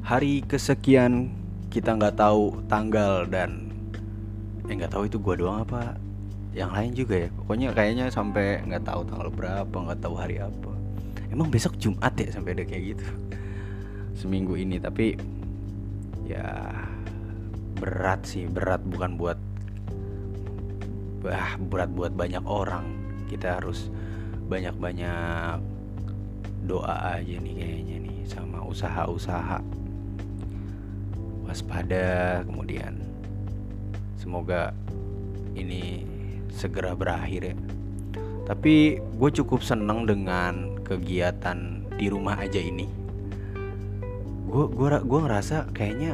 Hari kesekian kita nggak tahu tanggal dan nggak tahu itu gua doang apa yang lain juga ya. Pokoknya kayaknya sampai nggak tahu tanggal berapa, nggak tahu hari apa. Emang besok Jumat ya sampai ada kayak gitu seminggu ini. Tapi ya berat sih, berat bukan buat berat buat banyak orang. Kita harus banyak-banyak doa aja nih kayaknya nih, sama usaha-usaha waspada. Kemudian semoga ini segera berakhir ya. Tapi gue cukup seneng dengan kegiatan di rumah aja ini. Gue ngerasa kayaknya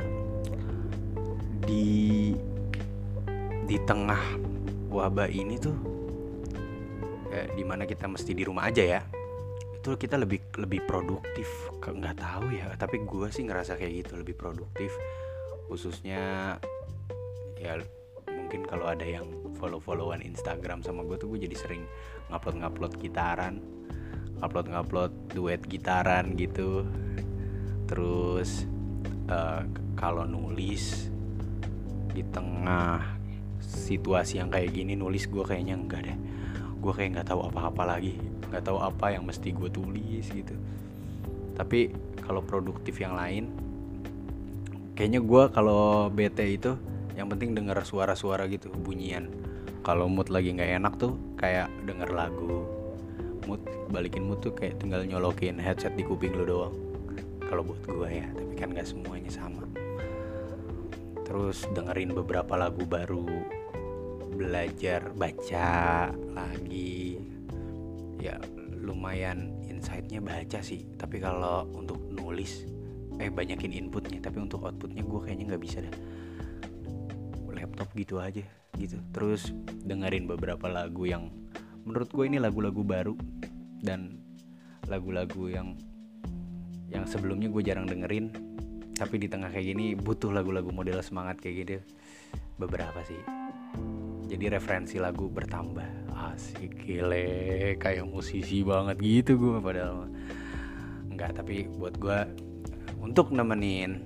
di tengah wabah ini tuh dimana kita mesti di rumah aja ya, itu kita lebih produktif. Nggak tahu ya, tapi gue sih ngerasa kayak gitu, lebih produktif. Khususnya ya mungkin kalau ada yang follow-followan Instagram sama gue tuh, gue jadi sering ngupload gitaran, ngupload duet gitaran gitu. Terus kalau nulis di tengah situasi yang kayak gini, nulis gue kayaknya enggak deh. Gue kayak nggak tahu apa-apa lagi, nggak tahu apa yang mesti gue tulis gitu. Tapi kalau produktif yang lain, kayaknya gue kalau bete itu yang penting denger suara-suara gitu, bunyian. Kalau mood lagi nggak enak tuh kayak denger lagu. Balikin mood tuh kayak tinggal nyolokin headset di kuping lo doang. Kalau buat gue ya, tapi kan nggak semuanya sama. Terus dengerin beberapa lagu baru, belajar baca lagi. Ya lumayan insight-nya baca sih. Tapi kalau untuk nulis banyakin inputnya, tapi untuk outputnya gue kayaknya nggak bisa deh. Laptop gitu aja gitu. Terus dengerin beberapa lagu yang menurut gue ini lagu-lagu baru, dan lagu-lagu yang sebelumnya gue jarang dengerin. Tapi di tengah kayak gini butuh lagu-lagu model semangat kayak gitu, beberapa sih. Jadi referensi lagu bertambah. Asik, gile, kayak musisi banget gitu gue, padahal enggak. Tapi buat gue untuk nemenin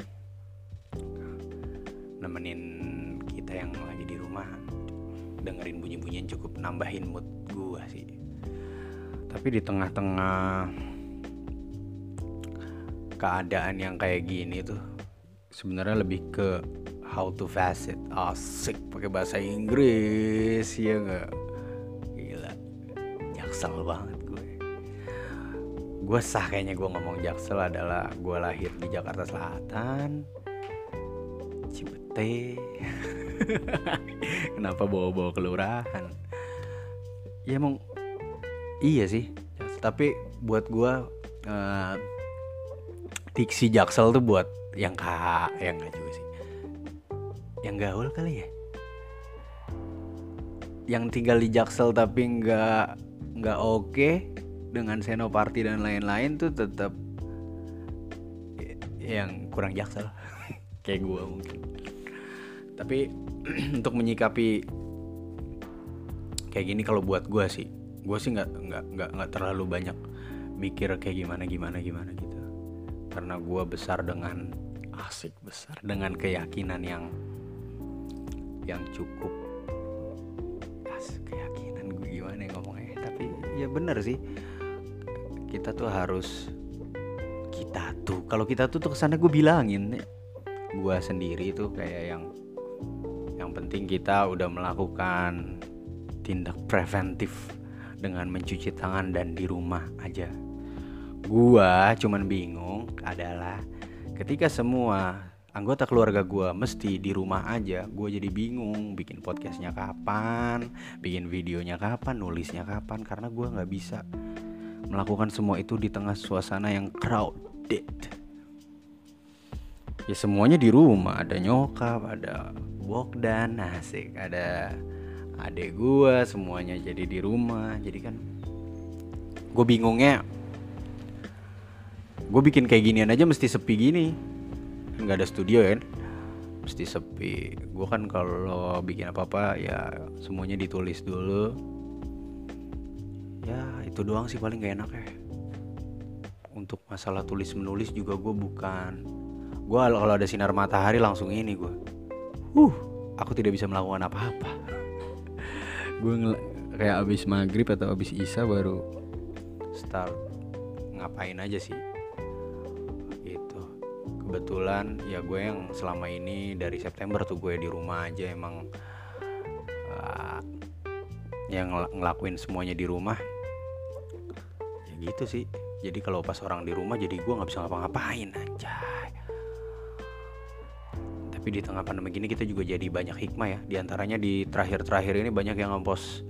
kita yang lagi di rumah, dengerin bunyi-bunyian cukup nambahin mood gue sih. Tapi di tengah-tengah keadaan yang kayak gini tuh sebenarnya lebih ke how to face it. Asik, pakai bahasa Inggris ya nggak? Gila, jaksel banget gue sah kayaknya gue ngomong jaksel adalah gue lahir di Jakarta Selatan, Cipete. Kenapa bawa-bawa kelurahan? Ya emang iya sih, tapi buat gue diksi jaksel tuh buat yang enggak juga sih, yang gaul kali ya, yang tinggal di Jaksel tapi nggak oke dengan Senoparty dan lain-lain tuh tetap yang kurang Jaksel. Kayak gue mungkin. Tapi untuk menyikapi kayak gini, kalau buat gue sih nggak terlalu banyak mikir kayak gimana gitu, karena gue besar dengan keyakinan yang cukup. Keyakinan gue gimana ya ngomongnya, tapi ya bener sih, kita tuh kalau kita tuh kesana, gue bilangin gue sendiri tuh kayak yang penting kita udah melakukan tindak preventif dengan mencuci tangan dan di rumah aja. Gua cuman bingung adalah ketika semua anggota keluarga gue mesti di rumah aja, gue jadi bingung bikin podcastnya kapan, bikin videonya kapan, nulisnya kapan, karena gue nggak bisa melakukan semua itu di tengah suasana yang crowded. Ya semuanya di rumah, ada nyokap, ada Bogdan, asik, ada adek gue, semuanya jadi di rumah. Jadi kan gue bingungnya, gue bikin kayak ginian aja mesti sepi gini, nggak ada studio kan, mesti sepi. Gue kan kalau bikin apa-apa ya semuanya ditulis dulu. Ya itu doang sih paling gak enak ya. Untuk masalah tulis menulis juga gue bukan Gue kalau ada sinar matahari langsung ini gue. Aku tidak bisa melakukan apa-apa. Gue kayak abis maghrib atau abis isya baru start ngapain aja sih. Gitu. Kebetulan ya gue yang selama ini dari September tuh gue di rumah aja emang yang ngelakuin semuanya di rumah. Ya gitu sih. Jadi kalau pas orang di rumah jadi gue nggak bisa ngapa-ngapain anjay. Tapi di tengah pandemi gini kita juga jadi banyak hikmah ya. Di antaranya di terakhir-terakhir ini banyak yang ngepost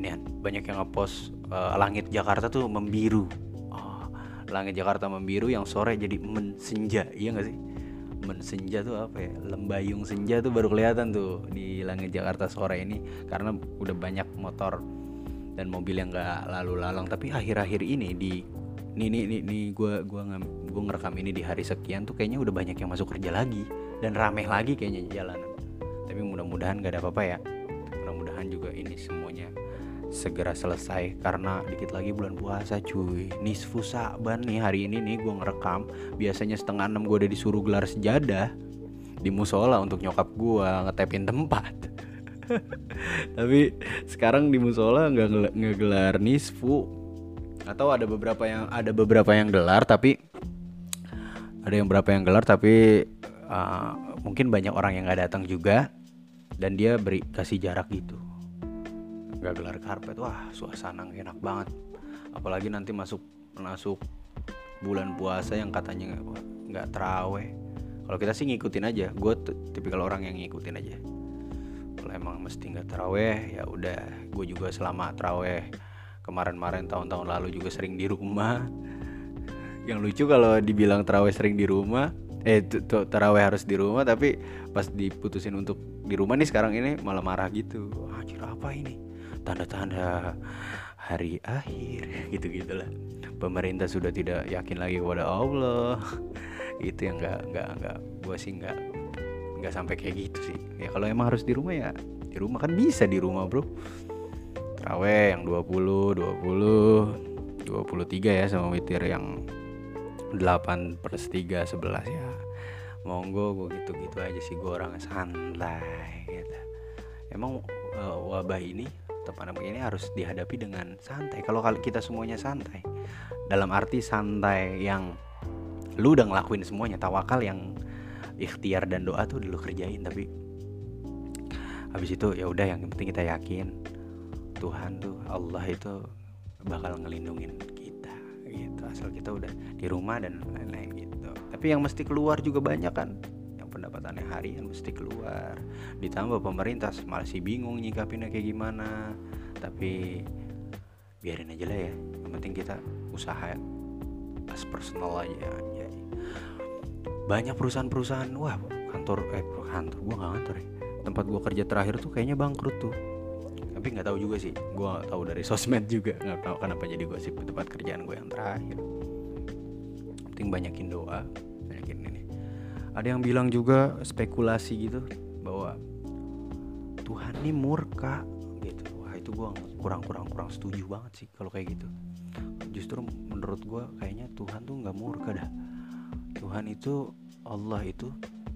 langit Jakarta tuh membiru. Langit Jakarta membiru yang sore jadi mensenja, iya nggak sih? Mensenja tuh apa ya? Lembayung senja tuh baru kelihatan tuh di langit Jakarta sore ini karena udah banyak motor dan mobil yang nggak lalu lalang. Tapi akhir-akhir ini gue ngerekam ini di hari sekian tuh kayaknya udah banyak yang masuk kerja lagi dan rame lagi kayaknya jalanan. Tapi mudah-mudahan gak ada apa-apa ya. Mudah-mudahan juga ini semuanya segera selesai karena dikit lagi bulan puasa cuy. Nisfu Sa'ban nih hari ini nih gue ngerekam. Biasanya 5:30 gue udah disuruh gelar sejadah di musola untuk nyokap gue ngetepin tempat. Tapi sekarang di musola nggak gelar nisfu. Atau ada beberapa yang gelar tapi mungkin banyak orang yang nggak datang juga dan dia kasih jarak gitu. Gak gelar karpet, wah suasana enak banget. Apalagi nanti masuk bulan puasa yang katanya nggak taraweh. Kalau kita sih ngikutin aja, gue tipikal orang yang ngikutin aja. Kalau emang mesti nggak taraweh, ya udah. Gue juga selama taraweh kemarin tahun-tahun lalu juga sering di rumah. Yang lucu kalau dibilang taraweh sering di rumah, taraweh harus di rumah, tapi pas diputusin untuk di rumah nih sekarang ini malah marah gitu. Anjir apa ini? Tanda-tanda hari akhir gitu-gitulah. Pemerintah sudah tidak yakin lagi kepada Allah. Itu yang enggak gue sih enggak sampai kayak gitu sih. Ya kalau emang harus di rumah ya di rumah, kan bisa di rumah, Bro. Tarawih yang 23 ya sama witir yang 8/3 11 ya. Monggo gue gitu-gitu aja sih, gue orangnya santai gitu. Emang wabah ini pandemi ini harus dihadapi dengan santai. Kalau kita semuanya santai, dalam arti santai yang lu udah ngelakuin semuanya, tawakal yang ikhtiar dan doa tuh udah lu kerjain, tapi habis itu ya udah, yang penting kita yakin Tuhan tuh, Allah itu bakal ngelindungin kita gitu, asal kita udah di rumah dan lain-lain gitu. Tapi yang mesti keluar juga banyak kan, pendapatannya harian mesti keluar, ditambah pemerintah masih bingung nyikapinnya kayak gimana. Tapi biarin aja lah ya, yang penting kita usaha as personal aja. Banyak perusahaan-perusahaan, kantor gue nggak kantor ya, tempat gue kerja terakhir tuh kayaknya bangkrut tuh. Tapi nggak tahu juga sih, gue tahu dari sosmed juga, nggak tahu kenapa jadi gosip tempat kerjaan gue yang terakhir. Penting banyakin doa, banyakin ini. Ada yang bilang juga spekulasi gitu bahwa Tuhan ini murka gitu. Wah itu gue kurang setuju banget sih kalau kayak gitu. Justru menurut gue kayaknya Tuhan tuh nggak murka dah. Tuhan itu Allah itu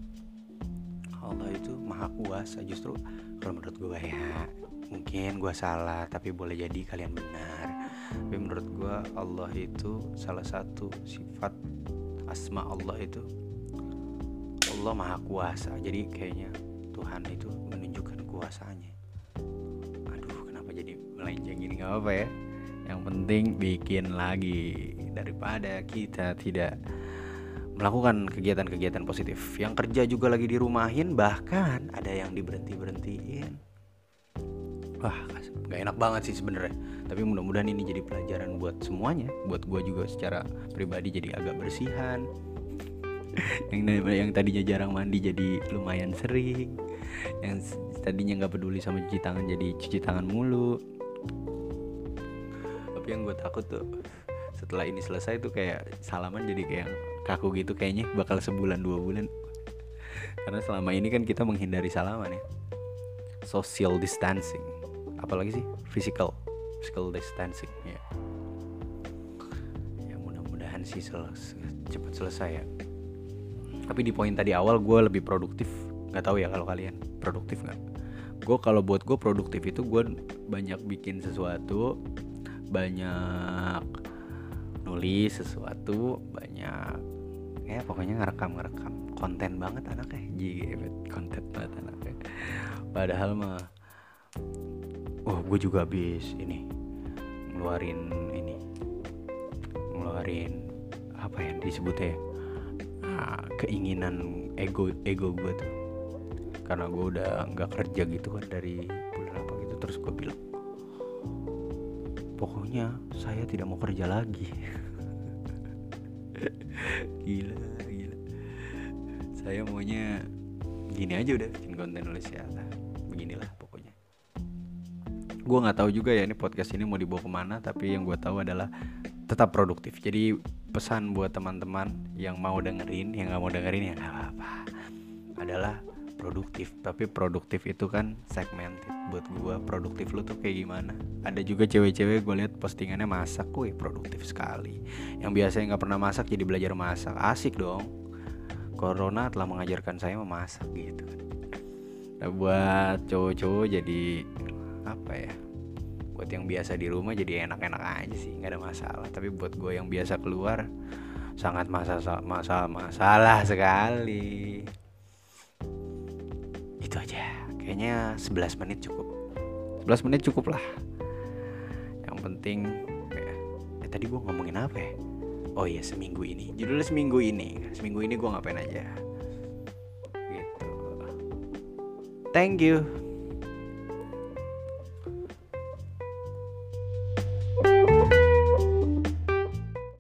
maha kuasa. Justru kalau menurut gue ya, mungkin gue salah, tapi boleh jadi kalian benar. Tapi menurut gue Allah itu salah satu sifat asma Allah itu Allah maha kuasa. Jadi kayaknya Tuhan itu menunjukkan kuasanya. Aduh, kenapa jadi melenceng gini? Gak apa-apa ya. Yang penting bikin lagi, daripada kita tidak melakukan kegiatan-kegiatan positif. Yang kerja juga lagi dirumahin, bahkan ada yang diberhentiin. Wah, gak enak banget sih sebenarnya. Tapi mudah-mudahan ini jadi pelajaran buat semuanya. Buat gue juga secara pribadi jadi agak bersihan. Yang tadinya jarang mandi jadi lumayan sering. Yang tadinya gak peduli sama cuci tangan jadi cuci tangan mulu. Tapi yang gue takut tuh, setelah ini selesai tuh kayak salaman jadi kayak kaku gitu. Kayaknya bakal sebulan 2 bulan. Karena selama ini kan kita menghindari salaman ya, social distancing. Apalagi sih physical distancing ya. Ya mudah-mudahan sih cepat selesai ya. Tapi di poin tadi awal gue lebih produktif. Nggak tahu ya kalau kalian produktif nggak? Gue kalau buat gue produktif itu gue banyak bikin sesuatu, banyak nulis sesuatu, banyak pokoknya ngerekam konten banget anaknya, konten banget anaknya. Padahal mah gue juga habis ngeluarin apa ya disebutnya, keinginan ego gue tuh, karena gue udah nggak kerja gitu kan dari bulan apa gitu. Terus gue bilang pokoknya saya tidak mau kerja lagi. gila saya maunya gini aja udah, bikin konten nulis ya, beginilah pokoknya. Gue nggak tahu juga ya ini podcast ini mau dibawa kemana, tapi yang gue tahu adalah tetap produktif. Jadi pesan buat teman-teman yang mau dengerin, yang nggak mau dengerin ya nggak apa-apa, adalah produktif. Tapi produktif itu kan segmented. Buat gue produktif lu tuh kayak gimana? Ada juga cewek-cewek gue lihat postingannya masak, produktif sekali. Yang biasanya nggak pernah masak jadi belajar masak, asik dong. Corona telah mengajarkan saya memasak gitu kan. Nah, buat cowok-cowok jadi apa ya? Buat yang biasa di rumah jadi enak-enak aja sih, nggak ada masalah. Tapi buat gue yang biasa keluar sangat masalah sekali. Itu aja. Kayaknya 11 menit cukup. 11 menit cukup lah. Yang penting tadi gue ngomongin apa ya? Oh iya, seminggu ini. Judulnya seminggu ini gue ngapain aja gitu. Thank you.